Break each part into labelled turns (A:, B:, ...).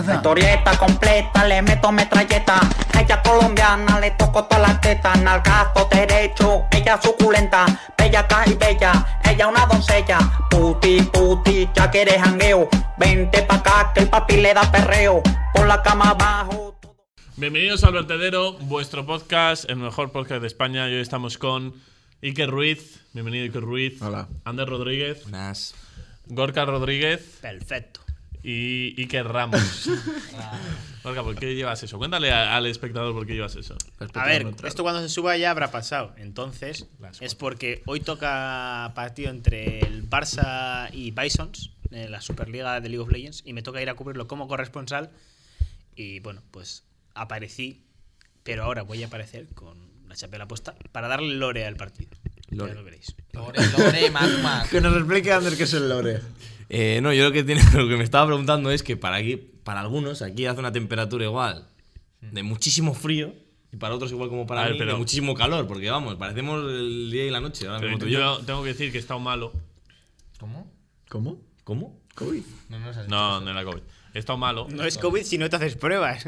A: mierda.
B: Historieta completa, le meto metralleta. A ella colombiana, le toco todas las tetas. Nalgazo derecho, ella suculenta. Bella y bella, ella una doncella. Puti, puti, ya que eres jangueo. Vente pa' acá que el papi le da perreo. Por la cama abajo.
C: Bienvenidos al Vertedero, vuestro podcast, el mejor podcast de España. Y hoy estamos con Iker Ruiz. Bienvenido, Iker Ruiz.
A: Hola.
C: Ander Rodríguez.
D: Buenas.
C: Gorka Rodríguez.
E: Perfecto.
C: Y Iker Ramos. Gorka, ¿por qué llevas eso? Cuéntale al espectador por qué llevas eso.
E: A ver, esto cuando se suba ya habrá pasado. Entonces, es porque hoy toca partido entre el Barça y Bisons en la Superliga de League of Legends y me toca ir a cubrirlo como corresponsal. Y bueno, pues aparecí, pero ahora voy a aparecer con la chapela puesta para darle lore al partido.
D: Lore.
E: Ya lo veréis.
F: Lore, más.
A: Que nos explique Ander qué es el lore.
D: No, yo lo que me estaba preguntando es que para algunos aquí hace una temperatura igual de muchísimo frío y para otros igual como para mí de muchísimo calor, porque vamos, parecemos el día y la noche. Ahora mismo tú y yo.
C: Tengo que decir que he estado malo.
F: ¿Cómo?
A: ¿Cómo?
D: ¿Cómo?
A: ¿COVID?
C: No era COVID. He estado malo.
E: No es COVID si no te haces pruebas.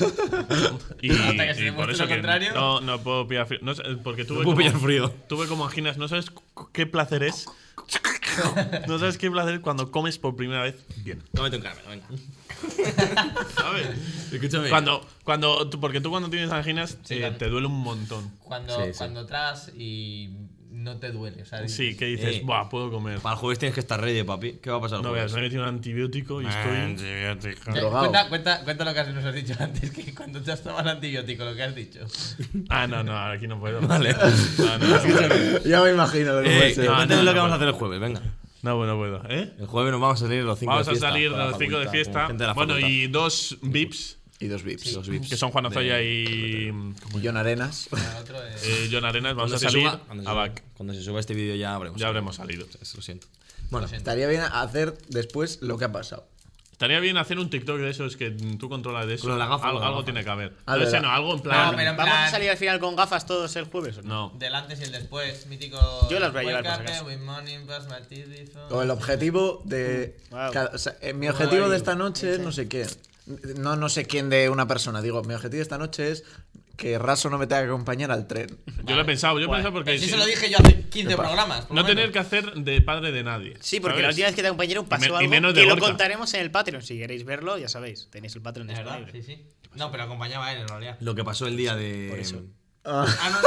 C: y
F: Hasta que se
C: y por
F: demuestre
C: eso
F: lo
C: que
F: contrario.
C: no puedo pillar frío. No sé, porque
D: No puedo pillar frío.
C: Tuve como anginas. ¿No sabes qué placer es? ¿No sabes qué placer es cuando comes por primera vez bien?
D: Tómate un caramelo, venga.
C: ¿Sabes?
D: Escúchame.
C: Porque tú cuando tienes anginas
F: claro.
C: te duele un montón.
F: Cuando tragas y no te duele. O sea,
C: Sí, que dices, buah, puedo comer.
D: Para el jueves tienes que estar ready, papi. ¿Qué va a pasar el
C: No veas,
D: jueves?
C: me he metido un antibiótico y estoy.
D: Antibiótico.
A: Drogado.
F: Cuenta lo que nos has dicho antes, que cuando te has tomado el antibiótico, lo que has dicho.
C: No, aquí no puedo.
D: Vale.
C: No.
A: Ya me imagino lo que puede ser.
D: Cuéntame lo que
C: no
D: vamos a
C: puedo.
D: hacer el jueves, venga.
C: No puedo.
D: El jueves nos vamos a salir los 5 de
C: Vamos a
D: fiesta.
C: salir
D: con la
C: los 5 de
D: facultad,
C: fiesta.
D: con gente de la
C: Bueno,
D: facultad.
C: y dos VIPs,
A: Y dos VIPs.
D: Dos VIPs.
C: que son Juan Ozoya y
A: Y John Arenas.
F: El otro es...
C: John Arenas. Vamos a
D: Cuando se
C: salir
D: suba- cuando
C: a
D: se-
C: BAC.
D: Cuando se suba este vídeo ya habremos
C: salido.
D: Lo siento. Bueno,
A: Estaría bien hacer después lo que ha pasado.
C: Estaría bien hacer un TikTok de esos que tú controlas de eso.
D: Con lo de la gafa,
C: algo
D: con la gafa.
C: tiene que haber.
A: Ah,
C: No sé,
A: ¿verdad?
C: no, algo en plan.
F: No, pero en
E: ¿Vamos a
F: plan-
E: salir al final con gafas todos el jueves o no?
C: No.
F: Del antes y el después, mítico.
E: Yo las voy a llevar, por si
F: Wake up,
E: acaso.
F: with morning, brush my teeth,
A: O el objetivo de.
E: Wow.
A: Mi objetivo de esta noche es no sé qué. No sé quién de una persona. Digo, mi objetivo de esta noche es que Raso no me tenga que acompañar al tren.
C: Yo lo he pensado, porque.
F: Pero si se lo dije yo hace 15 programas. por
C: No
F: lo
C: tener
F: menos.
C: que hacer de padre de nadie.
E: Sí, porque
C: ¿sabes?
E: la última vez que te acompañaron pasó
C: Y
E: algo
C: menos de
E: que lo
C: Gorka.
E: contaremos en el Patreon. Si queréis verlo, ya sabéis, tenéis el Patreon
F: ¿De verdad?
E: disponible.
F: Sí. No, pero acompañaba a él en realidad.
D: lo que pasó el día de.
E: Por eso.
F: No,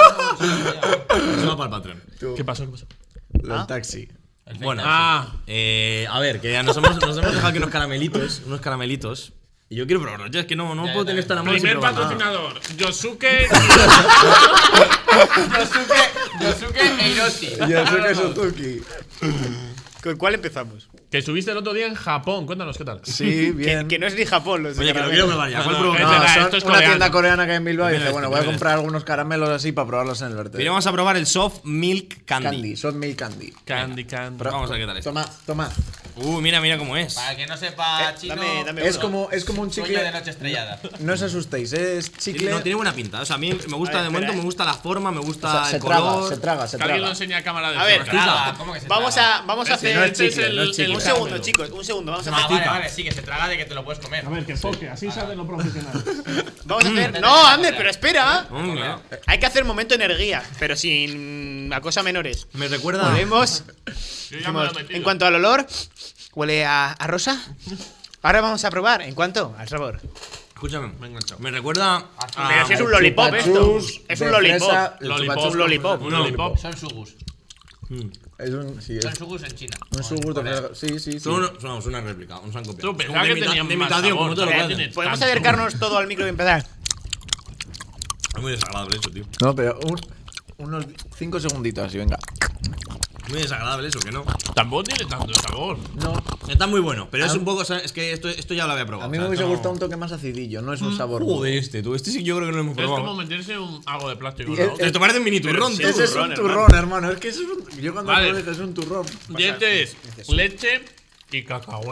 F: no.
D: Eso va para el Patreon.
C: ¿Qué pasó?
A: Lo del taxi.
D: Bueno,
C: Ah,
D: a ver, que ya nos hemos dejado aquí unos caramelitos. Y yo quiero probarlos. Yo es que no puedo tener esta mano sin
C: primer
D: probar nada.
C: patrocinador, Yosuke.
F: Yosuke e Hiroshi.
A: Yo soy que Suzuki.
E: ¿Con cuál empezamos?
C: Que subiste el otro día en Japón. Cuéntanos qué tal.
A: Sí, bien.
E: Que no es ni Japón los de
D: Oye, que lo
E: caramelos.
D: quiero probar ya. ¿Cuál
C: No,
D: pruebo?
C: es
A: No,
C: verdad,
A: son
C: esto es
A: una
C: coreano.
A: tienda coreana que hay en Bilbao y dice,
D: Mira
A: bueno,
D: este,
A: voy a
D: mira
A: comprar algunos caramelos así para probarlos en el
D: Pero
A: vertedero.
D: vamos a probar el Soft Milk Candy.
A: Son mil candy.
C: Candy.
D: Vamos a ver qué tal es.
A: Toma.
D: Mira cómo es.
F: Para que no sepa chino.
E: dame
A: Es
E: uno.
A: como un
F: Sueño
A: chicle.
F: de noche estrellada.
A: No os asustéis, es chicle.
D: No, tiene buena pinta. O sea, a mí me gusta
E: A ver,
D: de momento,
E: espera,
D: me gusta la forma, me
A: O
D: gusta
A: sea, se
D: el
A: traga,
D: color.
A: se traga.
C: Que alguien lo enseñe a cámara de
E: A ver,
C: fuera.
F: Traga, ¿cómo que se
E: Vamos
F: traga?
E: a hacer.
A: no es
C: Este es
A: chicle, no es chicle.
E: Un segundo, chicos, un segundo. Vamos a hacer.
F: Vale, sí, que se traga de que te lo puedes comer.
C: A ver, que enfoque, así saben los profesionales.
E: Vamos a hacer. No, Ander, pero espera.
D: Mira.
E: Hay que hacer momento energía, pero sin a cosas menores.
D: Me recuerda.
E: Podemos.
C: Yo ya me lo he
E: Decimos,
C: metido.
E: en cuanto al olor, huele a rosa. Ahora vamos a probar. En cuanto al sabor.
D: Escúchame.
C: Me he enganchado.
D: Me recuerda.
E: Pero si es un lollipop esto. Es un lollipop.
C: Lollipop.
E: Un lollipop.
C: Un lollipop.
F: Son sugus.
A: Es un. Sí,
F: Son
A: es
F: sugus en China.
A: un sugur de
F: Corea.
A: fresa. Sí.
D: Son una réplica, nos han copiado.
C: Tú pensabas que tenían
D: de
C: más
D: imitación,
C: sabor,
D: como todo lo que
C: todavía
D: hacen.
C: tiene-
E: Podemos
C: tanto.
E: acercarnos todo al micro y empezar.
D: Es muy desagradable eso, tío.
A: No, pero unos 5 segunditos así, venga.
D: Muy desagradable eso, que no.
C: Tampoco tiene tanto sabor.
A: No.
D: Está muy bueno, pero es un poco. Es que esto ya lo había probado.
A: A mí
D: o
A: me
D: sea,
A: hubiese
D: esto no-
A: gustado un toque más acidillo, no es un sabor.
D: Joder, tú. Este sí que yo creo que no lo hemos
C: Es como
D: probado.
C: meterse algo de plástico.
A: Y
C: ¿no?
A: es-
D: Te parece un mini turrón,
E: sí,
D: tío.
A: Ese es
E: turrón,
A: un turrón, hermano. Es que eso es un. Yo cuando
C: Vale.
A: lo dije es un turrón.
C: Y este es leche y cacahuete.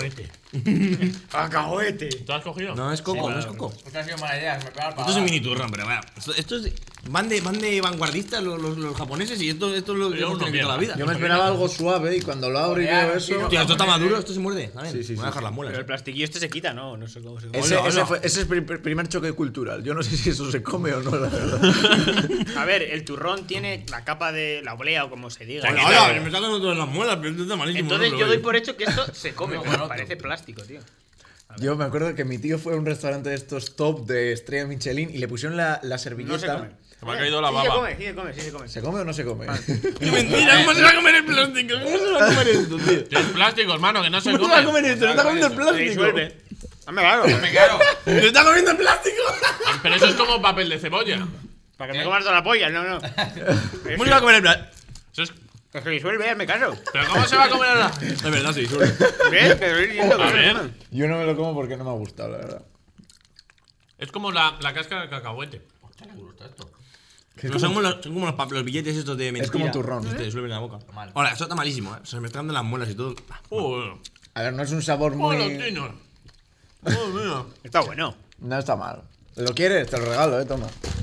E: ¡Cacahuete!
C: ¿Tú has cogido?
D: No, es coco, no es coco.
F: Esta ha sido mala idea, me pega el
D: Esto es un mini turrón, pero vaya. Esto es. Van de vanguardistas los japoneses y esto es lo que
C: Yo
D: hemos
C: no
D: tenido toda la vida.
A: Yo me esperaba algo suave y cuando lo abro y veo eso.
D: Tío, esto está maduro, esto se muerde. A ver,
A: Sí, sí,
D: voy a
A: sí,
D: dejar las muelas.
E: Pero el plastiquillo este se quita, ¿no? No sé cómo se come.
A: Ese es el primer choque cultural. Yo no sé si eso se come o no, la verdad.
E: A ver, el turrón tiene la capa de la oblea o como se diga.
D: Hola, hola, me sacan todas las muelas, pero esto está malísimo.
E: Entonces
D: no,
E: yo
D: pero-
E: doy por hecho que esto se come, pero parece plástico, tío.
A: Yo me acuerdo que mi tío fue a un restaurante de estos top de estrella Michelin y le pusieron la servilleta.
E: No se come.
C: Se me ha caído la
E: Sí
C: baba.
E: se come.
A: ¿Se come o no se come?
D: ¡Qué mentira! ¿Cómo se va a comer el plástico? ¿Cómo se va a comer esto, tío?
C: Que es plástico, hermano, que no se
D: ¿Cómo se va a
C: come.
D: comer esto? ¡Se está comiendo el
E: Se
D: plástico!
E: disuelve. Hazme claro.
F: Claro.
D: ¡Se está comiendo el plástico!
C: Pero eso es como papel de cebolla.
E: Para que me comas toda la polla, no.
D: ¿Cómo se va a comer el plástico?
C: Eso es...
E: Que se disuelve, hazme caso.
C: ¿Pero cómo se va a comer ahora?
D: Es verdad, se disuelve.
E: ¿Ves? Que estoy diciendo que
C: A
E: no se
C: ver.
E: come.
A: Yo no me lo como porque no me ha gustado, la verdad.
C: Es como la cáscara del cacahuete.
F: Hostia, qué gusto esto.
D: No, son como los billetes estos de mentira.
A: como turrón.
D: Que te disuelven en la boca.
F: Mal.
D: Ahora, esto está malísimo, ¿eh? Se me están dando las muelas y todo.
A: A ver, no es un sabor
C: ¡Oh,
A: muy.
C: los chinos! ¡Oh, mira!
E: Está bueno.
A: No está mal. ¿Lo quieres? Te lo regalo, toma.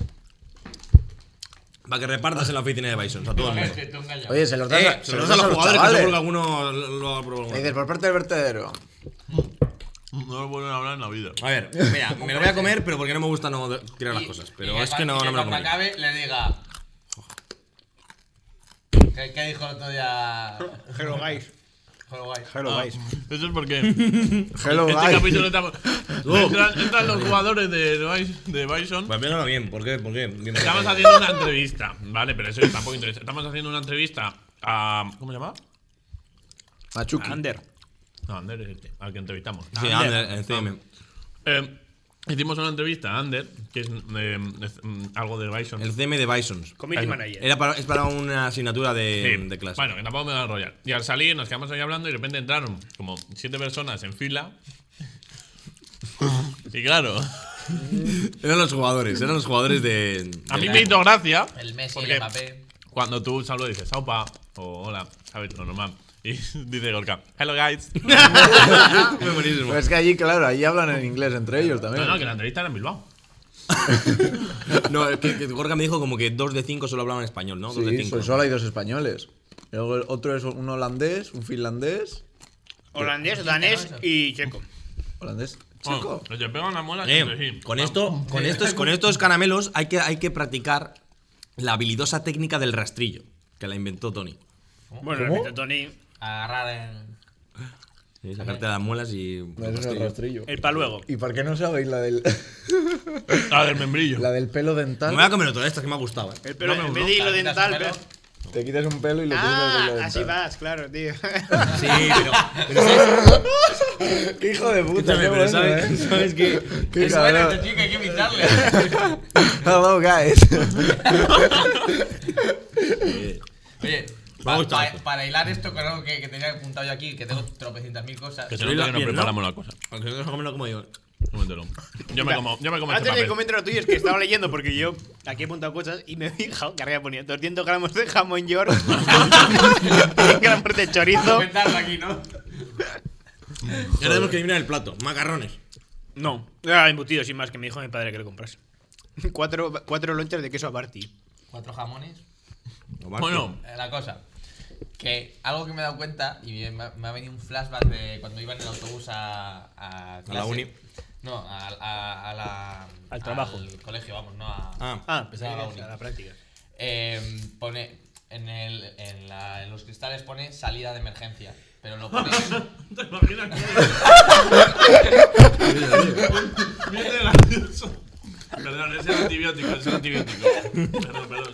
D: Para que repartas en la oficina de Bison, a todo el mundo.
F: Tú engañas.
A: Oye, se los das a,
D: Se los das a los jugadores, que
A: chavales.
D: seguro que alguno lo ha probado.
A: Le dices, por parte del vertedero.
C: No lo vuelven a hablar en la vida.
D: A ver, mira, me lo voy a comer, pero porque no me gusta no tirar las cosas. Pero es que no me lo
F: cuando
D: como.
F: acabe le diga. ¿Qué dijo el otro día?
E: Hello, guys.
F: Hello, guys.
E: Hello, guys.
C: Eso es porque
A: Hello,
C: este
A: guys.
C: capítulo estamos... Entran los jugadores de Bison.
D: Pues piénsalo bien, ¿por qué? ¿Por qué? Dime.
C: Estamos haciendo una entrevista, ¿vale? Pero eso tampoco interesa. Estamos haciendo una entrevista a... ¿Cómo se llama?
A: Machuki.
E: Ander.
C: No, Ander es este, al que entrevistamos.
D: Sí, Ander, en CM.
C: Hicimos una entrevista a Ander, que es algo de Bison.
D: El CM de Bisons.
E: Community manager.
D: Es para una asignatura
C: Sí.
D: de clase.
C: Bueno, que tampoco me voy a enrollar. Y al salir nos quedamos ahí hablando y de repente entraron como 7 personas en fila. Y claro,
D: Eran los jugadores de.
C: a mí me hizo gracia.
F: El Messi,
C: porque
F: el Mbappé.
C: cuando tú saludas dices, aupa, o hola, ¿sabes? Lo normal. Y dice Gorka, hello guys.
D: Muy buenísimo.
A: Pues es que allí, claro, allí hablan en inglés entre ellos también.
C: No, que la entrevista era en Bilbao.
D: No, que Gorka me dijo como que 2 de 5 solo hablaban español, ¿no? 2 de
A: Sí,
D: 5.
A: pues solo hay 2 españoles. Luego el otro es un holandés, un finlandés.
E: Holandés, danés y checo.
A: ¿Holandés? ¿Chico?
C: Pues te pegan la muela entre sí.
D: Con estos caramelos hay que practicar la habilidosa técnica del rastrillo, que la inventó Tony.
E: Bueno, repito, Tony.
F: Agarrar en.
D: Sí, sacarte las muelas y.
A: No, ese es el rastrillo.
E: El paluego.
A: ¿Y por qué no sabéis la del,
C: La del membrillo.
A: la del pelo
D: Me
A: dental?
D: voy a comer otra de estas que me ha gustado, ¿eh?
E: El pelo, en vez de hilo dental, pero.
A: Te quitas un pelo y le pones el pelo dental.
E: Así vas, claro, tío.
D: Sí, pero ¿sabes?
A: ¡Qué hijo de puta!
D: Escúchame,
A: qué
D: pero
A: bueno,
D: ¿sabes qué?
A: ¡Qué
F: Es bueno
A: cabrón!
F: este chico, hay que imitarle.
A: Hello, guys.
F: Oye,
D: Me ha gustado esto.
F: para hilar esto con algo que tenía apuntado yo aquí, que tengo tropecientas mil cosas.
C: Que se
D: Pero
C: nota que no
D: bien, ¿no?
C: preparamos la cosa.
D: Aunque no comerlo como yo.
C: Cómetelo. Yo me como este
E: Antes de
C: papel.
E: comentar lo tuyo, es que estaba leyendo porque yo aquí he apuntado cosas y me he fijado que arriba ponía 200 gramos de jamón york, 100 gramos de chorizo.
F: Comentarlo aquí, ¿no?
D: Y ahora tenemos que eliminar el plato. Macarrones.
E: No, era embutido sin más que me dijo mi padre que le comprase. 4 lonchas de queso Abarty.
F: 4 jamones.
C: Bueno,
F: La cosa. Que algo que me he dado cuenta y me ha venido un flashback de cuando iba en el autobús a clase.
D: la uni.
F: No,
E: Al trabajo.
F: Al colegio, vamos, no a.
E: Ah,
F: Pensaba
E: pensaba
F: la uni.
E: a la práctica.
F: Pone en los cristales pone salida de emergencia, pero lo pone.
C: ¿te imaginas que viene gracioso? Perdón, es el antibiótico, Perdón.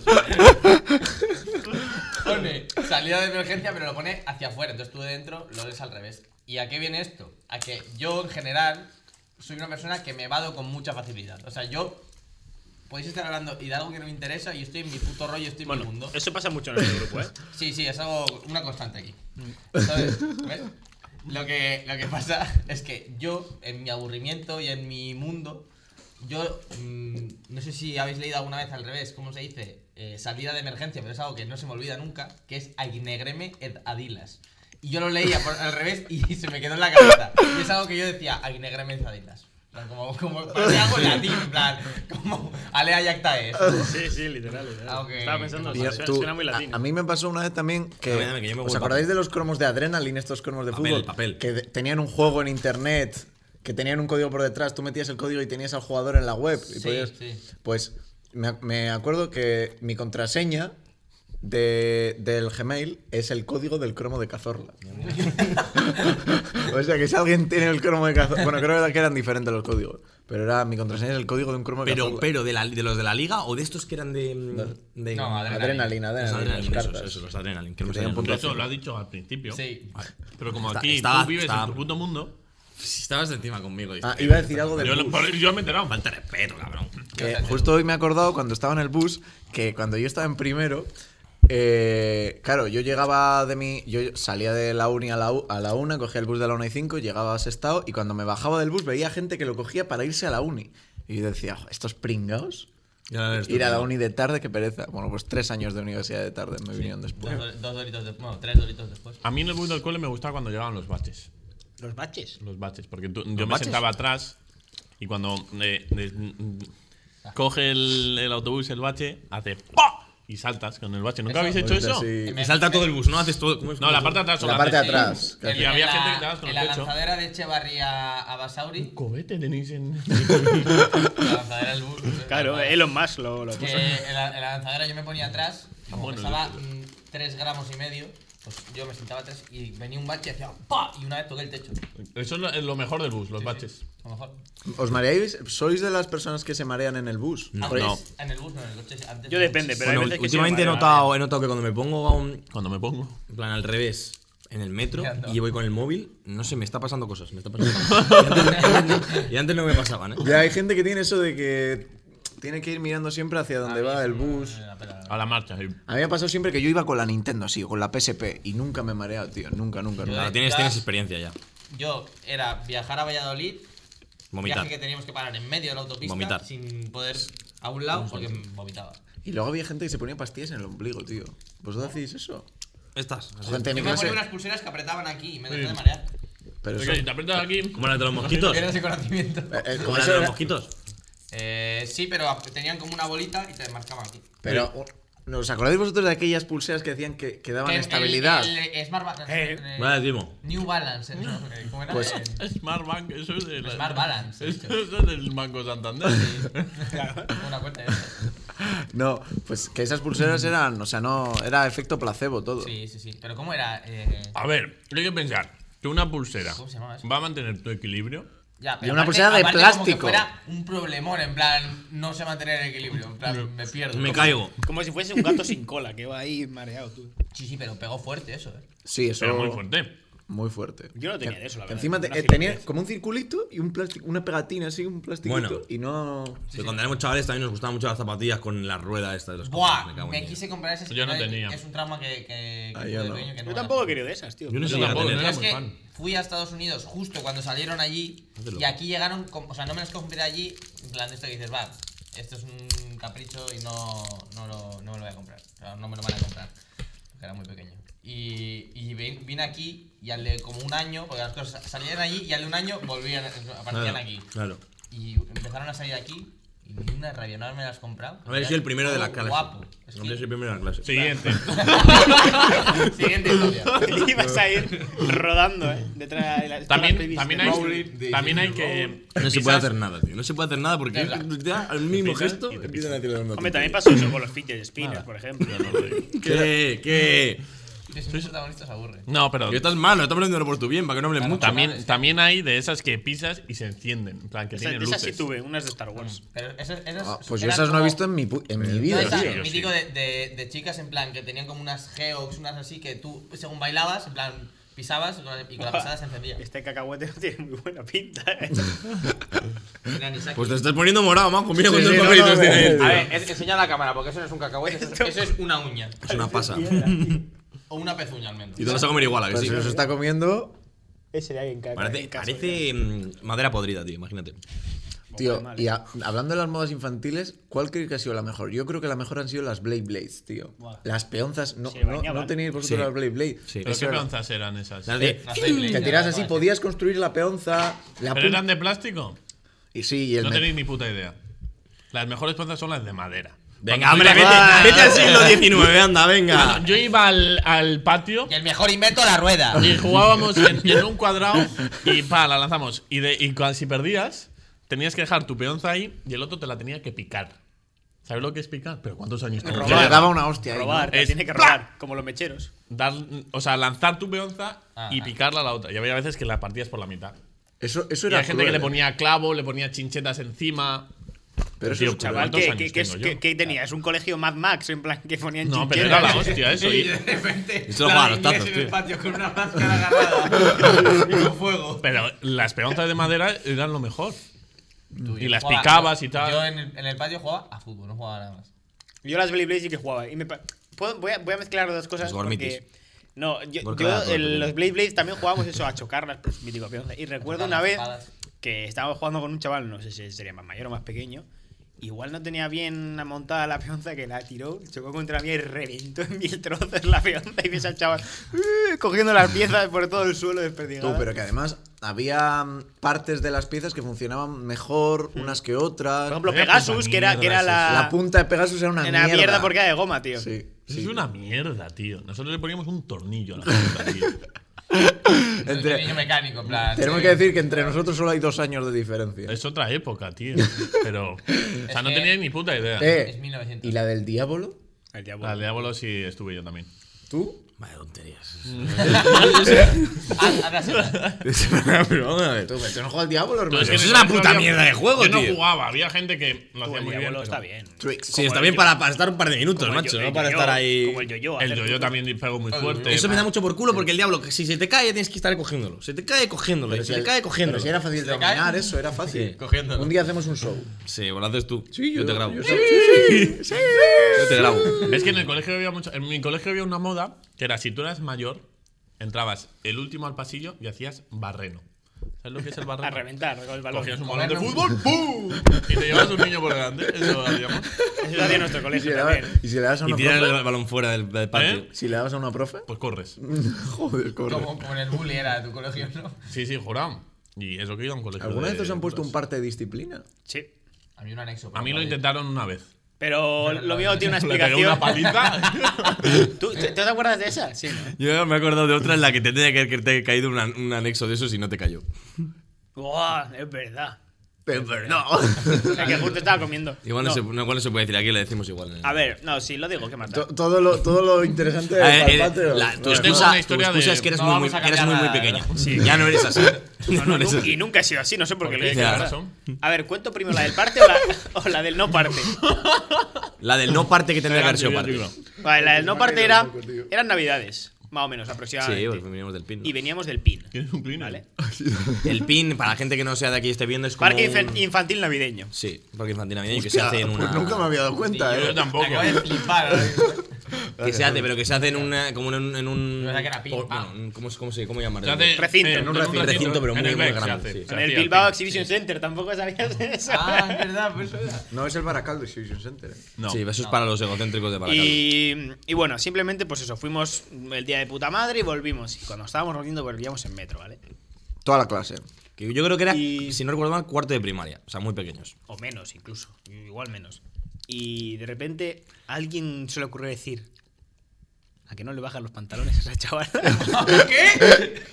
F: Pone salida de emergencia, pero lo pone hacia afuera. Entonces tú de dentro lo lees al revés. ¿Y a qué viene esto? A que yo en general soy una persona que me evado con mucha facilidad. O sea, yo podéis estar hablando y de algo que no me interesa y estoy en mi puto rollo, estoy en mi
E: Bueno,
F: mundo.
E: eso pasa mucho en este grupo, ¿eh?
F: Sí, es algo, una constante aquí. ¿Sabes? ¿Ves? Lo que pasa es que yo, en mi aburrimiento y en mi mundo, yo no sé si habéis leído alguna vez al revés, ¿cómo se dice? Salida de emergencia, pero es algo que no se me olvida nunca, que es ainegreme ed adilas. Y yo lo leía al revés y se me quedó en la cabeza. Y es algo que yo decía, Aguinegre Menzaditas. Como parecía algo en latín, en plan, como Alea Yacta es.
E: Sí, literal.
F: Aunque-
E: Estaba pensando,
A: Tío,
E: suena muy latino.
A: a mí me pasó una vez también que.
D: Dame, que yo me
A: ¿Os
D: voy
A: acordáis
D: papel.
A: de los cromos de Adrenaline, estos cromos de
D: Papel,
A: fútbol?
D: papel.
A: Que tenían un juego en internet, que tenían un código por detrás, tú metías el código y tenías al jugador en la web. Y
F: Sí,
A: podías-
F: sí.
A: Pues me acuerdo que mi contraseña del Gmail es el código del cromo de Cazorla. O sea que si alguien tiene el cromo de Cazorla. Bueno, creo que eran diferentes los códigos. Pero era mi contraseña es el código de un cromo de Cazorla.
D: Pero de los de la liga o de estos que eran de.
F: No,
A: Adrenalina,
D: Los
A: las
D: Adrenaline,
A: cartas.
D: esos, los Adrenaline. Que no
A: Que tenían
D: sé.
A: puntuación.
C: Eso lo ha dicho al principio.
F: Sí.
C: Pero como
D: Está-
C: aquí
D: estaba-
C: tú vives
D: estaba-
C: en tu puto mundo,
D: Si estabas encima conmigo.
A: Iba a decir algo del
C: yo,
A: bus.
C: yo me he enterado.
D: Falta de respeto, cabrón.
A: Que justo hoy me he acordado cuando estaba en el bus que cuando yo estaba en primero, claro, yo llegaba de mi. Yo salía de la uni a la 1, cogía el bus de la 1 y 5, llegaba a Sestao y cuando me bajaba del bus veía gente que lo cogía para irse a la uni. Y yo decía, estos pringaos. Ir a la uni de tarde, qué pereza. Bueno, pues 3 años de universidad de tarde me vinieron después.
F: 3 doritos después.
C: A mí en el bus del cole me gustaba cuando llegaban los baches.
E: ¿Los baches?
C: Los baches, porque yo me
D: baches?
C: sentaba atrás y cuando coge el autobús el bache, hace ¡pa! Y saltas con el bache. ¿Nunca habéis hecho eso?
A: Sí.
D: Y salta todo el bus, ¿no? Haces todo. ¿cómo es?
C: No, la parte de atrás.
A: La
C: solo
A: parte de
C: haces-
A: atrás.
C: Y había gente que te dabas con
F: En
C: el
F: la
C: pecho.
F: lanzadera de Echevarría a Basauri.
C: Cobete tenéis en.
F: La lanzadera del bus.
E: Claro, Elon Musk lo
F: Que
E: puso.
F: en la lanzadera yo me ponía atrás, como
C: bueno,
F: pesaba 3 gramos y medio, pues yo me sentaba atrás y venía un bache y hacía ¡pa! Y una vez toqué el techo.
C: Eso es lo mejor del bus, los baches.
F: A lo mejor.
A: ¿Os mareáis? ¿Sois de las personas que se marean en el bus?
D: No,
A: Porque-
C: no.
F: En el bus, no, en el coche. Antes
E: Yo depende, pero
D: Bueno,
E: hay veces que sí
D: últimamente
E: me
D: he
E: mareo,
D: notado que cuando me pongo a un.
C: Cuando me pongo.
D: En plan, al revés, en el metro
F: Mirando.
D: y voy con el móvil, no sé, me está pasando cosas. Me está pasando cosas. Y antes no me pasaban, ¿eh?
A: Ya hay gente que tiene eso de que tiene que ir mirando siempre hacia donde va el bus.
C: A la marcha, sí.
A: A mí me ha pasado siempre que yo iba con la Nintendo así, o con la PSP, y nunca me he mareado, tío. Nunca.
D: Claro, tienes experiencia ya.
F: Yo era viajar a Valladolid,
D: Vomitar.
F: viaje que teníamos que parar en medio de la autopista
D: Vomitar.
F: sin poder a un lado porque vomitaba.
A: Y luego había gente que se ponía pastillas en el ombligo, tío. ¿Vosotros hacéis eso?
D: Estas. así.
A: Gente en mi
F: Yo me
A: clase.
F: ponía unas pulseras que apretaban aquí y me dejé de marear.
A: Pero
C: Es
A: eso,
C: que te aprietas aquí.
D: ¿Cómo las de los mosquitos?
F: Era ese conocimiento.
A: con
D: ¿Cómo las
A: eso
D: de los
A: era-
D: mosquitos?
F: Sí, pero tenían como una bolita y te marcaban aquí.
A: pero ¿no os acordáis vosotros de aquellas pulseras que decían que daban
F: Que
A: estabilidad?
F: El Smart Balance.
D: Vale, Timo.
F: New Balance. ¿Cómo era?
A: Pues-
C: Smart Bank, eso es del.
F: Smart Balance.
C: Eso es del Banco Santander.
F: Una cuenta de eso.
A: No, pues que esas pulseras eran, o sea, no, era efecto placebo todo.
F: Sí. Pero ¿cómo era?
C: A ver, hay que pensar que una pulsera
F: ¿Cómo se llamaba eso?
C: va a mantener tu equilibrio.
F: Ya,
A: Y una pulsera de
F: aparte
A: plástico.
F: Como que fuera un problemón, en plan, no sé mantener el equilibrio. En plan, me pierdo.
D: Me caigo.
E: Como si fuese un gato sin cola, que va ahí mareado tú.
F: Sí, pero pegó fuerte eso,
A: Sí, eso.
C: Pero muy fuerte.
A: Muy fuerte.
E: Yo no tenía de eso, la
A: Que
E: verdad.
A: encima
E: Una
A: tenía
E: gilipollez.
A: como un circulito y un plástico, una pegatina así, un plastiquito.
D: Bueno.
A: Y no.
D: Que cuando éramos chavales también nos gustaban mucho las zapatillas con la rueda esta de los
F: Buah,
D: coches, cago en
F: me
D: Dios.
F: quise comprar ese.
C: Yo no
F: pero
C: tenía.
F: Es un trauma que
A: Ah,
F: tuve
A: yo
F: de
A: no.
F: pequeño que no
E: Yo
F: me
E: tampoco
F: la-
E: he querido de esas, tío.
D: Yo no sé
C: Yo
D: si la
C: tampoco,
D: tener.
C: no era
F: Es
C: muy
F: que
C: fan.
F: fui a Estados Unidos justo cuando salieron allí y aquí llegaron, o sea, no me los compré allí, en plan de esto que dices, va, esto es un capricho y no me lo voy a comprar, o sea, no me lo van a comprar, porque era muy pequeño. Y vine aquí y al de como un año, porque las cosas salían allí y al de un año volvían, aparecían aquí.
D: Claro.
F: Y empezaron a salir aquí y ni una rabia, no me las he comprado.
D: A ver, soy el primero de la clase.
F: Guapo. Es
D: Hombre, soy
F: que...
D: el primero de la clase.
C: Siguiente.
F: Siguiente historia.
E: Ibas a ir rodando, detrás de las
C: También
E: previstas.
C: hay que.
D: No se
C: pisas-
D: puede hacer nada, tío. No se puede hacer nada porque ya al mínimo
C: pisas
D: gesto
C: y te
D: empiezan a decirle una
E: Hombre, también
D: tontería.
E: pasó eso con los fidget spinners, por ejemplo.
D: ¿Qué?
F: Si sois protagonistas aburre.
C: No, pero.
D: Que estás mal, no estás poniéndolo por tu bien, para que no hables mucho.
C: También hay de esas que pisas y se encienden. En plan, que
E: Esas,
C: tienen
E: de esas sí
C: luces.
E: tuve, unas de Star Wars.
F: Pero esas
A: Pues yo
F: eran
A: esas no he
F: como-
A: visto en mi vida,
F: No, esa,
A: tío.
F: mítico de chicas en plan que tenían como unas geox, unas así que tú según bailabas, en plan pisabas y con la pisada se encendía.
E: Este cacahuete no tiene muy buena pinta,
F: Era Anisaki.
D: Pues te estás poniendo morado, majo. Mira cuántos
A: sí, no,
D: papelitos
A: no,
D: tiene ahí.
A: no,
F: A ver, enseña la cámara porque eso no es un cacahuete, eso es una uña.
D: Es una pasa.
F: O una pezuña al menos.
D: Y te vas a comer igual, ¿a que
A: Pues
D: sí?
A: si los está comiendo.
E: Ese de ahí en casa.
D: Parece madera podrida, tío, imagínate.
A: Tío, y hablando de las modas infantiles, ¿cuál crees que ha sido la mejor? Yo creo que la mejor han sido las Blade Blades, tío. Las peonzas, ¿no tenéis vosotros las Blade Blade?
D: Sí.
C: ¿Pero qué peonzas eran esas?
A: Que tiras así, podías construir la peonza.
C: ¿Pero eran de plástico?
A: Y sí,
C: No tenéis ni puta idea. Las mejores peonzas son las de madera.
D: Venga, hombre, vete al siglo XIX, anda, venga.
C: Yo iba al patio.
F: Y el mejor invento, la rueda.
C: Y jugábamos en un cuadrado y la lanzamos. Y si perdías, tenías que dejar tu peonza ahí y el otro te la tenía que picar. ¿Sabes lo que es picar? ¿Pero cuántos años tienes?
A: Le daba una hostia.
E: Robar,
A: ahí, ¿no?
E: tiene que robar, como los mecheros.
C: Lanzar tu peonza y picarla a la otra. Y había veces que la partías por la mitad.
A: Eso
C: Y
A: era
C: hay gente que
A: cruel,
C: le ponía clavo, le ponía chinchetas encima.
A: Pero eso
C: Tío,
A: es
E: Chaval,
C: ¿cuántos años tengo yo?
E: ¿qué tenías? ¿Un colegio Mad Max en plan que ponían
C: No, pero
E: chinchetas?
C: era la hostia eso.
F: Y de repente,
D: Eso lo juega a los tazos,
F: en el
D: tío.
F: patio con una máscara agarrada y con fuego.
C: Pero las peonzas de madera eran lo mejor. Y las
F: Jugaba-
C: picabas y tal.
F: Yo en el patio jugaba a fútbol, no jugaba nada más.
E: Yo las Blade Blades sí que jugaba. Y voy a mezclar dos cosas
D: Los gormitis.
E: porque... No, yo
D: Porque era todo
E: los Blade Blades también jugábamos eso, a chocarlas, pues mítico peonza. Y recuerdo una vez
F: Espadas.
E: que estábamos jugando con un chaval, no sé si sería más mayor o más pequeño. Igual no tenía bien montada la peonza, que la tiró, chocó contra mí y reventó en 1000 trozos la peonza. Y ves al chaval cogiendo las piezas por todo el suelo desperdigadas.
A: Pero que además había partes de las piezas que funcionaban mejor unas que otras.
E: Por ejemplo, Pegasus, que era
A: La punta de Pegasus era una
E: Era
A: mierda.
E: mierda porque era de goma, tío.
A: Sí.
C: Eso es una mierda, tío. Nosotros le poníamos un tornillo a la punta, tío.
F: El niño mecánico, en plan.
A: Tenemos que decir que entre nosotros solo hay 2 años de diferencia.
C: Es otra época, tío. Pero. O sea, no
F: que-
C: tenía ni puta idea.
F: Es 1900.
A: ¿Y la del diablo?
E: El diablo.
C: Al diablo sí estuve yo también.
A: ¿Tú?
D: Vaya tonterías. Pero vamos a ver.
A: ¿Tú no juegas al diablo, hermano?
C: Es que
D: Eso
C: en
D: es
C: el
D: una
C: colegio
D: puta
C: había-
D: mierda de juego,
C: Yo no
D: tío.
C: jugaba, había gente que lo hacía
E: El
C: muy bien.
E: diablo
C: pero-
E: está bien.
A: Tricks.
D: Sí, está bien para estar un par de minutos,
E: Como el
D: macho,
E: yo-
D: no para
E: yo-
D: estar ahí.
E: Como el yo-yo.
C: El
E: hacer
C: yo-yo
E: trucos.
C: también pegó muy fuerte.
D: Eso me da mucho por culo porque el diablo, que si se te cae, tienes que estar cogiéndolo. Se te cae cogiéndolo. Y se te cae cogiéndolo.
A: Pero si era fácil de
F: cae?
A: dominar, eso era fácil.
D: Sí.
F: Cogiéndolo.
A: Un día hacemos un show.
D: Sí, lo haces tú.
A: Sí,
D: yo te grabo.
A: yo-
D: Yo te grabo.
C: Es que en el colegio había mucho. En mi colegio había una moda que era si tú eras mayor, entrabas el último al pasillo y hacías barreno. ¿Sabes lo que es el barreno?
E: A reventar con el balón.
C: Cogías un balón de fútbol, ¡pum! Y te llevas un niño por delante. Eso lo hacíamos.
E: Eso lo hacía nuestro
A: ¿Y si
E: colegio
A: le
E: también.
A: dabas- y si le das a
D: Y
A: una
D: tiran
A: profe?
D: el balón fuera del patio.
C: ¿Eh?
A: Si le dabas a una profe.
C: Pues corres.
A: Joder, corre.
F: Como en el bully era de tu colegio, ¿no?
C: Sí, sí, jurado. Y eso que iba a un colegio.
A: ¿Alguna
C: de
A: vez os han puesto un
C: putas.
A: parte de disciplina?
E: Sí.
F: A mí un anexo.
C: A mí lo intentaron una vez.
E: Pero lo mío tiene una
C: Le pegué una
E: explicación.
C: paliza.
E: ¿Tú te acuerdas de esa? Sí, ¿no?
D: Yo me he acordado de otra en la que te tenía que haber te caído un anexo de esos y no te cayó.
E: Buah, es verdad.
A: Pero no.
E: La que justo estaba comiendo.
D: Igual no, igual no se puede decir, aquí le decimos igual.
E: A ver, no, sí, lo digo, ¿qué más da?
A: Todo lo interesante
D: A ver,
A: del patio.
D: tu
C: Yo tengo
D: excusa,
C: una historia
D: tu excusa
C: de-
D: es que eres
F: No
D: muy,
F: vamos a
D: eres
F: cambiar
D: muy
F: nada,
D: pequeño.
E: Sí.
D: Ya no eres así.
E: No,
D: No eres
E: y
D: así.
E: nunca he sido así, no sé por qué
C: ¿Por
E: lo
C: qué?
E: dice.
C: ¿Qué
E: la verdad.
C: razón?
E: A ver, ¿cuento primero la del parte o la del no parte?
D: La del no parte que tendría que haber sido
C: Yo
D: parte.
C: digo.
E: Vale, la del no parte eran navidades, más o menos, aproximadamente.
D: Sí, porque veníamos del pin. ¿no?
E: Y veníamos del PIN.
C: ¿Quieres un plino?
E: ¿Vale?
D: El pin, para la gente que no sea de aquí y esté viendo, es como.
E: Parque
D: un-
E: infantil navideño.
D: Sí, parque infantil navideño que se hace en
A: Pues
D: una.
A: nunca me había dado cuenta,
C: Yo
A: ¿eh?
C: tampoco.
F: Acabo de flipar ahora mismo.
D: Que se hace, pero que se hace en una. Como en un.
F: Pensaba que era pin, pam.
D: Bueno, ¿cómo llamarlo?
C: Se hace
E: Recinto.
C: en un
D: recinto, pero
C: en
D: muy,
C: el
D: muy
C: Beck se
D: grande,
C: hace,
D: sí.
C: se
E: En el
C: hacía
E: Bilbao
C: pin.
E: Exhibition Center, tampoco sabías eso.
F: Ah, es verdad, pues eso era.
A: No es el Baracaldo Exhibition Center.
C: No.
D: Sí, eso es para los egocéntricos de Baracaldo.
E: Y bueno, simplemente pues eso, fuimos el día de puta madre y volvimos. Y cuando estábamos volviendo volvíamos en metro, ¿vale?
A: Toda la clase.
D: Que yo creo que era,
E: Y-
D: si no recuerdo mal, cuarto de primaria. O sea, muy pequeños.
E: O menos incluso, igual menos. Y de repente a alguien se le ocurrió decir: ¿a que no le bajan los pantalones a esa chavala?
F: ¿Qué?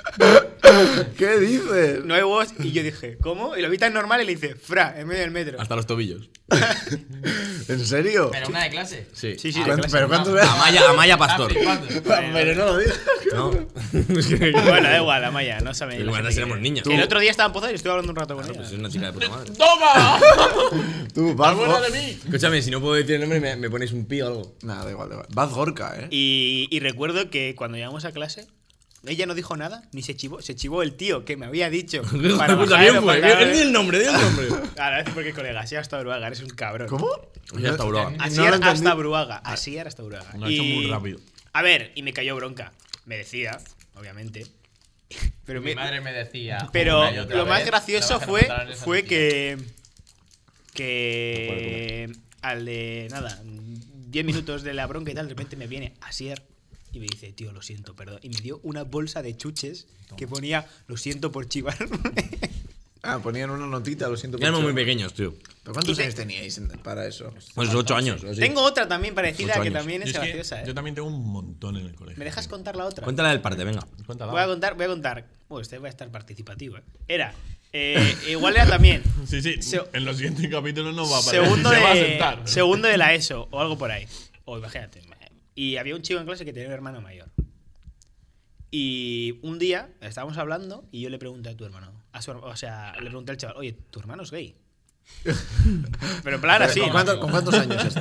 A: ¿Qué dices?
E: No hay voz. Y yo dije, ¿cómo? Y lo vi tan normal y le hice, fra, en medio del metro.
D: Hasta los tobillos.
A: ¿En serio?
F: Pero una de clase.
D: Sí.
E: Sí, sí, de
A: ¿Cuánto-
E: clase.
A: ¿Pero cuántos
D: Amaya Pastor.
A: Pero no lo digas.
D: ¿No? Es que-
E: Bueno, da igual, Amaya, no sabe.
D: Pero
E: la
D: bueno,
E: gente
D: éramos
E: que-
D: niños.
E: El otro día estaba en Poza y estuve hablando un rato con ella.
D: Pues es una chica de puta madre.
C: ¡Toma!
A: Tú,
C: ¡Más
A: Bad
C: buena
A: Gorka.
C: de mí!
D: Escúchame, si no puedo decir el nombre, me ponéis un pi o algo.
A: Nada, da igual, da igual. Bad Gorka, ¿eh?
E: Y recuerdo que cuando llegamos a clase, ella no dijo nada, ni se chivó el tío que me había dicho. para
D: Pues
E: bajar
D: bien
E: los
D: fue.
E: pantalones.
D: Di el nombre, di el nombre.
E: Claro, es porque colega, así hasta Bruaga, eres un cabrón.
A: ¿Cómo?
D: Ya está, bro.
E: Así
A: No lo
E: hasta
A: entendí.
E: Bruaga, así era hasta Bruaga.
C: Lo ha hecho muy rápido.
E: A ver, y me cayó bronca. Me decía, obviamente. Pero
F: Mi madre me decía.
E: Pero
F: una y otra
E: lo más
F: vez,
E: gracioso
F: "No bajes los pantalones a
E: fue
F: tu tía".
E: que que al de nada, 10 minutos de la bronca y tal, de repente me viene Asier y me dice, tío, lo siento, perdón. Y me dio una bolsa de chuches que ponía, lo siento por chivarme.
A: Ah, ponían una notita, lo siento.
D: Éramos muy pequeños, tío.
A: ¿Pero cuántos años teníais para eso?
D: Pues 8 años.
E: Tengo otra también parecida
D: 8
E: que
D: años.
E: también es
C: Yo,
E: graciosa,
C: yo también tengo un montón en el colegio.
E: ¿Me dejas contar la otra?
D: Cuéntala del parte, venga.
C: Cuéntala.
E: Voy a contar. Este va a estar participativo, Era. Igual era también.
C: Sí, sí.
E: Se-
C: en los siguientes capítulos no va a aparecer.
E: Segundo
C: se va a
E: de,
C: sentar.
E: segundo de la ESO o algo por ahí. O imagínate. Y había un chico en clase que tenía un hermano mayor. Y un día estábamos hablando y yo le pregunté a tu hermano. O sea, le pregunté al chaval, oye, ¿tu hermano es gay? Pero en plan así.
A: ¿Con cuántos años esto?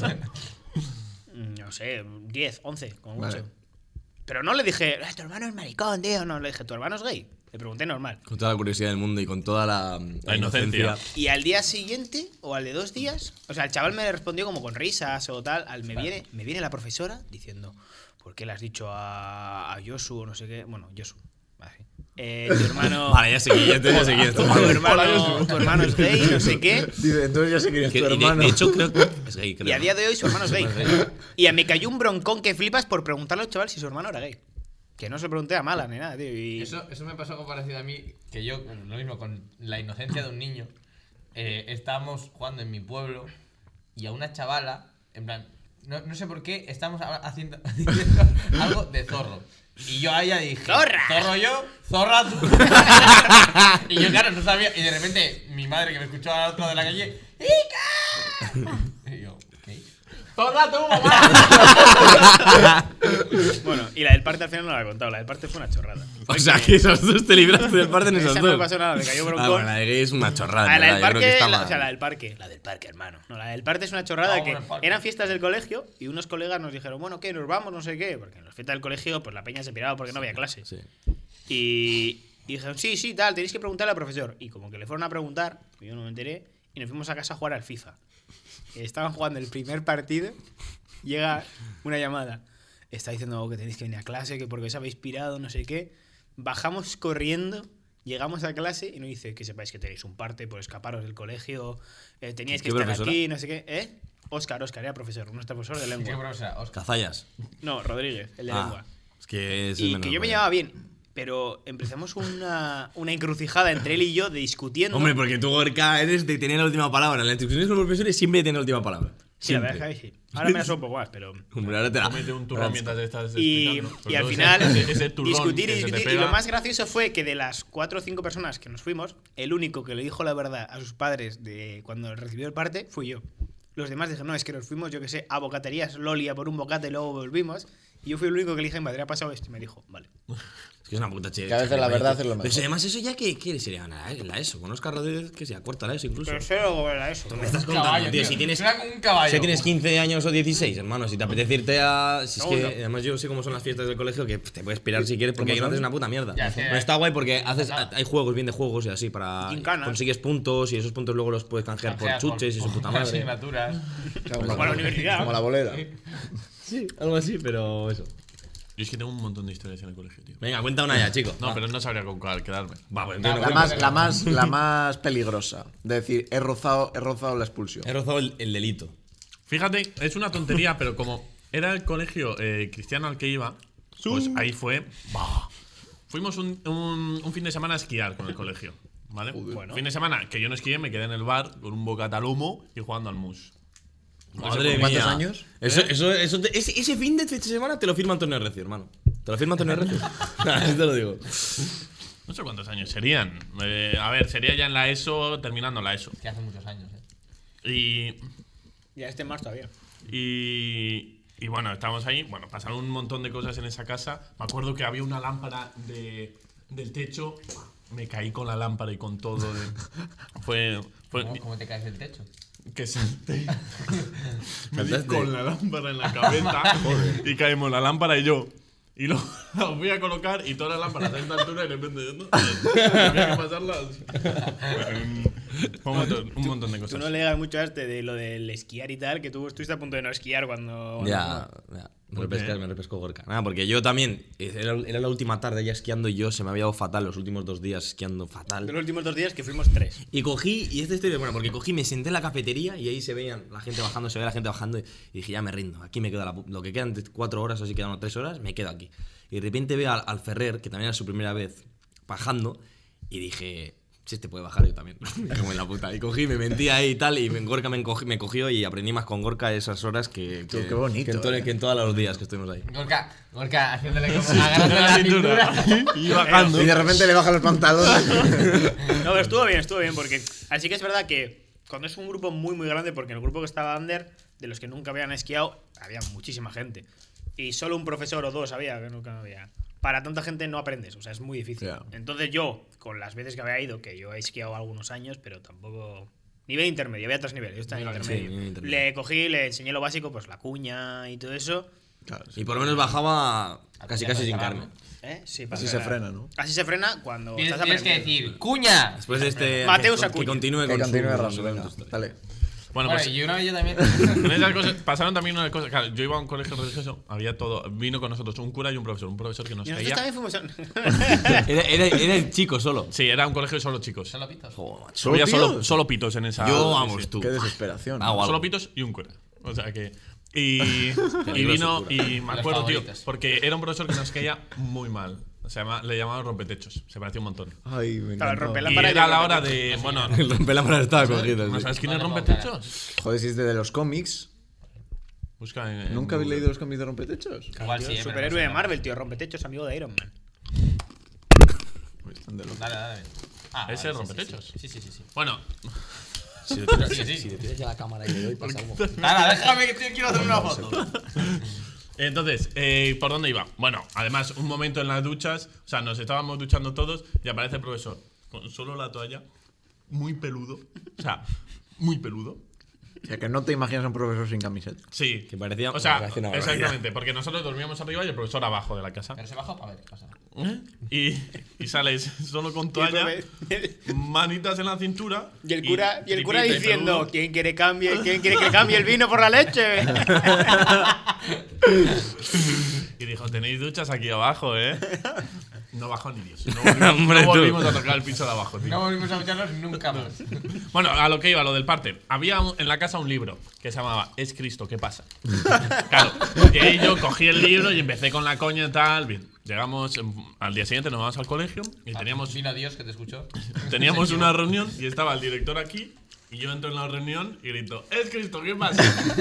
E: No sé, 10, 11, como
A: Vale.
E: mucho. Pero no le dije, tu hermano es maricón, tío. No, le dije, ¿tu hermano es gay? Le pregunté normal.
D: Con toda la curiosidad del mundo y con toda la
C: inocencia.
E: Y al día siguiente, o al de 2 días, o sea, el chaval me respondió como con risas o tal. Me viene la profesora diciendo, ¿por qué le has dicho a Josu o no sé qué? Bueno, Josu. Vale. Tu hermano.
D: Vale, ya sé quién es.
E: tu hermano es gay, no sé qué.
A: Dice, entonces ya sé quién es tu
D: Y
A: hermano.
D: de hecho, creo que es gay, creo.
E: Y a día de hoy su hermano es gay. Y me cayó un broncón que flipas por preguntarle al chaval si su hermano era gay. Que no se pregunté a mala ni nada, tío. Y...
F: Eso me pasó algo parecido a mí, que yo, lo mismo, con la inocencia de un niño, estábamos jugando en mi pueblo y a una chavala, en plan, no sé por qué, estábamos haciendo algo de zorro. Y yo a ella dije,
E: ¡Zorra!
F: Zorro yo, zorra tú. Y yo, claro, no sabía. Y de repente, mi madre que me escuchó al otro de la calle, ¡Ica! Y yo, ¿qué? ¡Zorra tú, mamá!
E: Bueno, y la del parte al final no la he contado. La del parte fue una chorrada.
D: O sea, que esos dos te libraste del parte en esos
E: Esa
D: dos.
E: no me pasó nada, me cayó broncón.
D: Bueno, la de gay es una chorrada.
E: Ah, la del
D: ¿verdad? Yo creo que
E: parque,
D: está
E: o
D: mal.
E: sea, la del parque. La del parque, hermano. No, la del parque es una chorrada que
F: bueno, el parque.
E: eran fiestas del colegio y unos colegas nos dijeron, bueno, ¿qué? ¿Nos vamos? No sé qué. Porque en las fiestas del colegio, pues la peña se piraba porque no había clase.
D: Sí.
E: Y dijeron, sí, tal, tenéis que preguntarle al profesor. Y como que le fueron a preguntar, yo no me enteré, y nos fuimos a casa a jugar al FIFA. Estaban jugando el primer partido, llega una llamada. Está diciendo que tenéis que venir a clase, que porque os habéis pirado, no sé qué. Bajamos corriendo, llegamos a clase y nos dice que sepáis que tenéis un parte por escaparos del colegio, teníais que
D: ¿Qué
E: estar
D: profesora?
E: aquí, no sé qué. Óscar, era profesor, nuestro profesor de
F: ¿Qué
E: lengua.
F: profesora? Oscar.
D: Cazallas.
E: No, Rodríguez, el de lengua.
D: Es que es
E: Y
D: menos
E: que yo me
D: bueno.
E: llevaba bien, pero empezamos una encrucijada entre él y yo de discutiendo.
D: Hombre, porque tú, Gorka, eres de tener la última palabra. En las discusiones con los profesores siempre tiene la última palabra.
E: Sí, la
D: Siempre.
E: verdad es que sí. Ahora me la subo un poco más, pero...
D: Hombre, ahora te la.
C: Comete un turrón mientras estás
E: Y
C: explicando. Sobre
E: al
C: todo
E: final,
C: ese turrón
E: discutir
C: que
E: y
C: se te
E: discutir. Y
C: pega.
E: lo más gracioso fue que de las 4 o 5 personas que nos fuimos, el único que le dijo la verdad a sus padres de cuando recibió el parte fui yo. Los demás dijeron, no, es que nos fuimos, yo qué sé, a bocaterías Loli a por un bocata y luego volvimos. Y yo fui el único que le dije, madre, ha pasado esto. Y me dijo, vale.
D: Es que es una puta chévere.
A: Que a veces la verdad es lo
D: Pero
A: mejor.
D: si además eso ya que sería la ESO. Con Oscar Rodríguez, que sea cuarta la ESO incluso.
E: Pero cero era eso.
D: Me estás contando,
F: Caballo,
D: tío.
F: tío.
D: Si tienes.
F: Suena como un caballo.
D: Si tienes 15 años o 16, hermano, si te apetece irte a. Si es que,
E: Segundo.
D: además, yo sé cómo son las fiestas del colegio, que te puedes pirar si quieres, porque ahí no haces una puta mierda.
F: Ya, sí,
D: No está guay porque hay juegos, bien de juegos y así, para.
E: Gincanas.
D: Consigues puntos y esos puntos luego los puedes canjear por
F: Canjeas
D: chuches y su puta madre.
F: asignaturas.
E: Como la universidad.
A: Como la bolera.
D: Sí, algo así, pero eso.
C: Yo es que tengo un montón de historias en el colegio, tío.
D: Venga, cuenta una ya, chico.
C: No,
D: Va.
C: pero no sabría con cuál quedarme.
D: Va, pues entonces
A: La
D: no
A: más,
D: cuenta.
A: la más peligrosa. De decir, he rozado la expulsión.
D: He rozado el delito.
C: Fíjate, es una tontería, pero como era el colegio cristiano al que iba, pues ahí fue. ¡Bah! Fuimos un fin de semana a esquiar con el colegio, ¿vale?
E: Bueno.
C: Fin de semana que yo no esquié, me quedé en el bar con un bocata al humo y jugando al mus.
D: Madre
A: ¿Con cuántos
D: mía.
A: años?
D: Ese fin de semana te lo firma Antonio Recio, hermano. Te lo firma Antonio Recio. Así te lo digo.
C: No sé cuántos años serían. A ver, sería ya en la ESO, terminando la ESO.
F: Que hace muchos años,
C: Y
E: Ya este más todavía.
C: Y bueno, estábamos ahí. Bueno, pasaron un montón de cosas en esa casa. Me acuerdo que había una lámpara del techo. Me caí con la lámpara y con todo. Fue
F: ¿Cómo te caes del techo?
C: que salté. Me di
D: Saltaste.
C: con la lámpara en la cabeza. Y caímos la lámpara y yo. Y luego la fui a colocar y todas las lámparas a esta altura y de repente había que pasarlas. Un montón de
E: Tú no
C: cosas.
E: le das mucho a este de lo del esquiar y tal, que tú estuviste a punto de no esquiar cuando...
D: Ya, ya. Me repescó Gorka. Nada, porque yo también, era la última tarde ya esquiando y yo se me había dado fatal los últimos 2 días esquiando fatal.
E: De los últimos 2 días que fuimos 3.
D: Y cogí, y esta historia es buena, porque cogí, me senté en la cafetería y ahí se veía la gente bajando, y dije, ya me rindo, aquí me quedo lo que quedan 4 horas, así quedan 3 horas, me quedo aquí. Y de repente veo al Ferrer, que también era su primera vez bajando, y dije, si este puede bajar, yo también. Como en la puta. Y cogí, me mentí ahí y tal, y Gorka me cogió y aprendí más con Gorka esas horas que
A: Qué bonito,
D: que en todos los días que estuvimos ahí.
F: Gorka haciéndole como agarrando la cintura.
C: Y bajando.
A: Y de repente le bajan los pantalones.
E: No, pero estuvo bien, porque así que es verdad que cuando es un grupo muy, muy grande, porque en el grupo que estaba under, de los que nunca habían esquiado, había muchísima gente. Y solo un profesor o 2 había, que nunca había. Para tanta gente no aprendes, o sea, es muy difícil.
A: Yeah.
E: Entonces yo, con las veces que había ido, que yo he esquiado algunos años, pero tampoco... Nivel intermedio, había 3 niveles, yo estaba en intermedio.
D: nivel intermedio.
E: Le cogí, le enseñé lo básico, pues la cuña y todo eso.
A: Claro,
D: Y por lo menos bajaba casi sin carne.
E: Sí,
A: Así se frena, ¿no?
E: Así se frena cuando
F: Tienes
E: estás
F: que
E: aprendiendo.
F: decir, ¡cuña!
D: Después de este...
E: Mateus
D: que
E: Acuña.
D: continúe
A: Que
D: con
A: continúe
D: su-
A: Raso, venga, dale.
C: Bueno,
F: Bueno,
C: pues
F: y una vez yo también.
C: en esas cosas, pasaron también unas cosas. Claro, yo iba a un colegio religioso, había todo. Vino con nosotros un cura y un profesor que nos
E: Y nosotros
C: caía.
E: también fuimos
D: Era el chico solo.
C: Sí, era un colegio de solo chicos.
F: Solo pitos.
C: Había
A: tíos?
C: solo pitos en esa.
D: Yo,
C: sí,
D: vamos,
C: sí.
D: tú.
A: Qué desesperación.
D: Ah, guau.
C: Solo pitos y un cura. O sea que. Y vino,
D: cura.
C: y me
F: Los
C: acuerdo, tío,
F: favoritos.
C: porque era un profesor que nos caía muy mal. Le llamaban rompetechos. Se parecía un montón.
A: Ay, me
E: Claro,
A: encanta.
E: rompe la-
C: Y
E: Lámpara y
C: era
E: el
C: la hora
E: rompetechos.
C: de. Bueno,
D: El rompelámpara estaba cogido.
C: ¿no
D: sí.
C: sabes quién es
F: No, no,
C: rompetechos?
A: Joder, si es de los cómics.
C: Busca en.
A: ¿Nunca habéis
C: Google.
A: leído los cómics de Rompetechos?
F: Igual sí,
E: superhéroe de Marvel, tío, rompetechos, amigo de Iron Man.
A: Están de locos.
F: Dale. Ah,
C: ¿Ese
F: vale,
C: rompetechos?
F: Sí.
C: Bueno,
D: Si le tiras,
F: Sí.
D: si le tiras ya la cámara y le doy, pasa algo.
F: Nada, déjame que quiero hacer una foto.
C: entonces, ¿por dónde iba? Bueno, además, un momento en las duchas, o sea, nos estábamos duchando todos y aparece el profesor con solo la toalla, muy peludo, o sea, muy peludo.
A: O sea, que no te imaginas a un profesor sin camiseta.
C: Sí.
D: Que parecía-
C: O sea,
D: parecía una barbaridad.
C: exactamente, porque nosotros dormíamos arriba y el profesor abajo de la casa.
F: Pero se bajó para ver qué pasa.
C: Y sales solo con toalla, manitas en la cintura.
E: Y el cura
C: tripita y
E: diciendo,
C: peludo.
E: ¿quién quiere que cambie el vino por la leche?
C: Y dijo, tenéis duchas aquí abajo, ¿eh? No bajó ni Dios.
D: Hombre,
C: No
D: tú.
C: volvimos a tocar el piso de abajo, tío.
F: No volvimos a escucharlos nunca más.
C: Bueno, a lo que iba, lo del parte. Había en la casa un libro que se llamaba Es Cristo, ¿qué pasa? Claro, que yo cogí el libro y empecé con la coña y tal. Bien, llegamos al día siguiente, nos vamos al colegio y teníamos
F: Dios que te escuchó.
C: una reunión y estaba el director aquí. Y yo entro en la reunión y grito, ¡Es Cristo, qué pasa!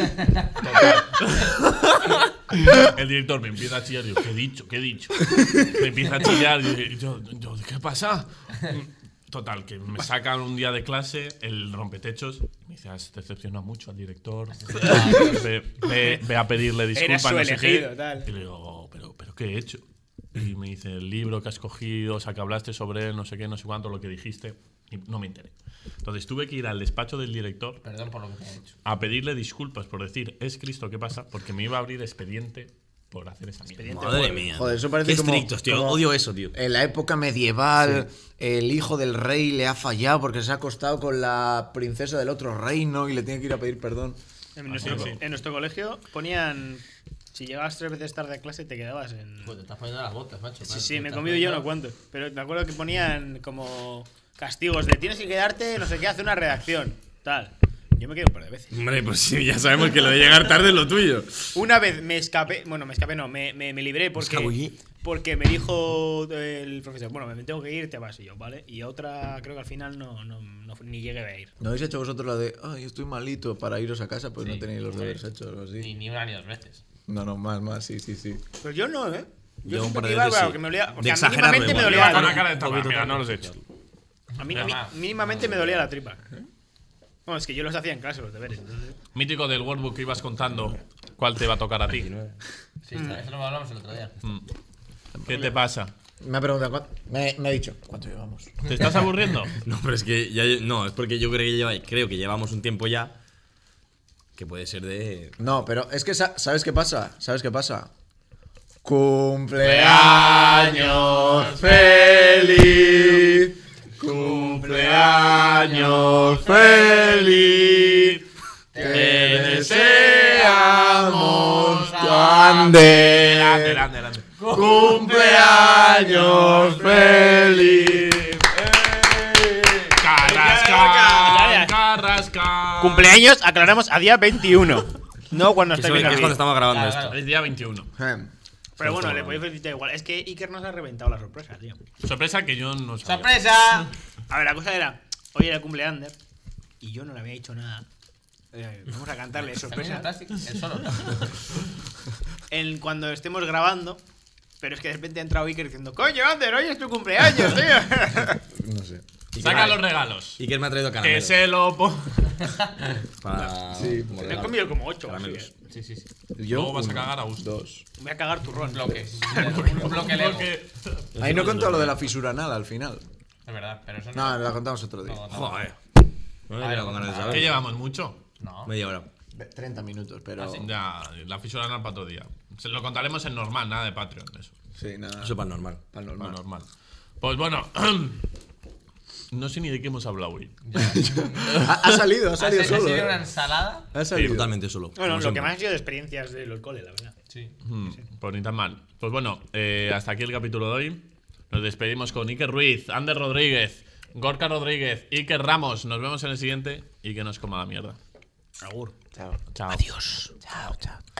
C: Total. El director me empieza a chillar y yo, ¿qué he dicho? ¿Qué he dicho? Me empieza a chillar y yo ¿qué pasa? Total, que me sacan un día de clase el rompetechos. Me dice, has decepcionado mucho al director. Ve a pedirle disculpas.
E: Eres su
C: no sé qué".
E: elegido, tal.
C: Y le digo, ¿pero qué he hecho? Y me dice, el libro que has cogido, o sea, que hablaste sobre él, no sé qué, no sé cuánto, lo que dijiste. Y no me enteré. Entonces tuve que ir al despacho del director
F: Perdón por lo que te he hecho.
C: a pedirle disculpas por decir, es Cristo, ¿qué pasa? Porque me iba a abrir expediente por hacer esa mierda.
D: Madre mía.
A: Joder, eso parece
D: Qué
A: como-
D: estrictos, tío.
A: como-
D: Odio eso, tío.
A: En la época medieval, el hijo del rey le ha fallado porque se ha acostado con la princesa del otro reino y le tiene que ir a pedir perdón.
E: En nuestro colegio ponían... Si llegabas 3 veces tarde a clase te quedabas en...
F: Pues te estás poniendo las botas, macho.
E: Sí, me he comido yo unos cuantos. Pero me acuerdo que ponían como castigos de tienes que quedarte, no sé qué, hace una redacción. Tal. Yo me quedé un par de veces.
D: Hombre, pues sí, ya sabemos que lo de llegar tarde es lo tuyo.
E: Una vez me escapé, me libré
D: escabullí.
E: porque me dijo el profesor, bueno, me tengo que ir, te vas y yo, ¿vale? Y otra, creo que al final no ni llegué a ir.
A: ¿No habéis hecho vosotros la de, ay, estoy malito para iros a casa? Pues no tenéis los deberes hechos o algo así.
F: Ni una ni 2 veces.
A: No, más, sí.
E: Pero yo no, ¿eh?
D: Yo
E: siempre
D: un par
E: que
D: de
E: iba,
D: veces
E: claro,
D: sí.
E: que me olía, o
D: De
E: sea,
D: exagerarlo
E: mínimamente me
D: igual.
E: dolía
C: Con la
E: la
C: cara de
D: Un poquito
C: mira,
D: también.
C: no los he hecho.
E: A mí,
C: Además.
E: mínimamente me dolía la tripa. Bueno, es que yo los hacía en clase, los deberes. Entonces...
C: Mítico del workbook que ibas contando, ¿cuál te va a tocar a ti?
F: Sí, eso lo hablamos el otro día.
C: ¿Qué te pasa?
A: Me ha preguntado, me ha dicho, ¿cuánto llevamos?
C: ¿Te estás aburriendo?
D: No, pero es que ya. No, es porque yo creo que llevamos un tiempo ya. Que puede ser de.
A: No, pero es que, ¿sabes qué pasa? ¡Cumpleaños feliz! ¡Cumpleaños feliz! Te deseamos, grande.
C: Grande.
A: Cumpleaños feliz.
C: Carrasca.
E: Cumpleaños, aclaramos, a día 21. No cuando
D: Que
E: esté
D: es
E: viendo el
D: cuando
E: vídeo.
D: estamos grabando
F: Claro,
D: esto.
F: claro.
C: Es día 21.
E: Pero bueno, le podéis felicitar igual. Es que Iker nos ha reventado la sorpresa, tío.
C: Sorpresa que yo no sabía.
F: ¡Sorpresa!
E: A ver, la cosa era, hoy era el cumple de Ander y yo no le había dicho nada. Vamos a cantarle sorpresa
F: El solo.
E: cuando estemos grabando. Pero es que de repente ha entrado Iker diciendo, coño, Ander, hoy es tu cumpleaños, tío.
A: No sé.
C: Saca los regalos.
D: Y que él me ha traído
C: Que
D: caramelos.
C: se lo
D: Para...
A: Sí,
D: como
E: Me he
D: regalo.
E: comido como 8.
D: Caramelos.
F: Sí.
A: Yo,
C: Luego vas a
A: 1,
C: cagar a gusto.
A: 2.
E: Voy a cagar turrón.
F: Bloques. Un bloque Lego.
C: Porque-
A: Ahí no contó lo de la fisura nada al final.
F: Es verdad, pero eso
A: No, la contamos otro día.
F: no.
D: Joder. No me he
F: A ver,
D: quedado con ganas de
C: ¿Qué
D: saber.
C: llevamos? ¿Mucho?
F: No.
D: Media hora.
A: 30 minutos, pero.
C: Ya, la fisura no para otro día. Se lo contaremos en normal, nada de Patreon, eso.
A: Sí, nada.
D: Eso es para normal.
A: Para
C: Para
A: normal.
C: normal. Pues bueno, no sé ni de qué hemos hablado hoy.
A: Ha salido
F: ¿Ha
A: solo.
F: sido
A: ¿eh?
F: una ensalada?
A: Ha salido.
D: Totalmente solo.
E: Bueno,
D: como
E: lo que
D: siempre.
E: más ha sido de experiencias del cole, la verdad.
F: Sí.
C: Pues ni tan mal. Pues bueno, hasta aquí el capítulo de hoy. Nos despedimos con Iker Ruiz, Ander Rodríguez, Gorka Rodríguez, Iker Ramos. Nos vemos en el siguiente y que nos coma la mierda.
E: Agur.
A: Chao.
C: Chao.
E: Adiós.
A: Chao, chao.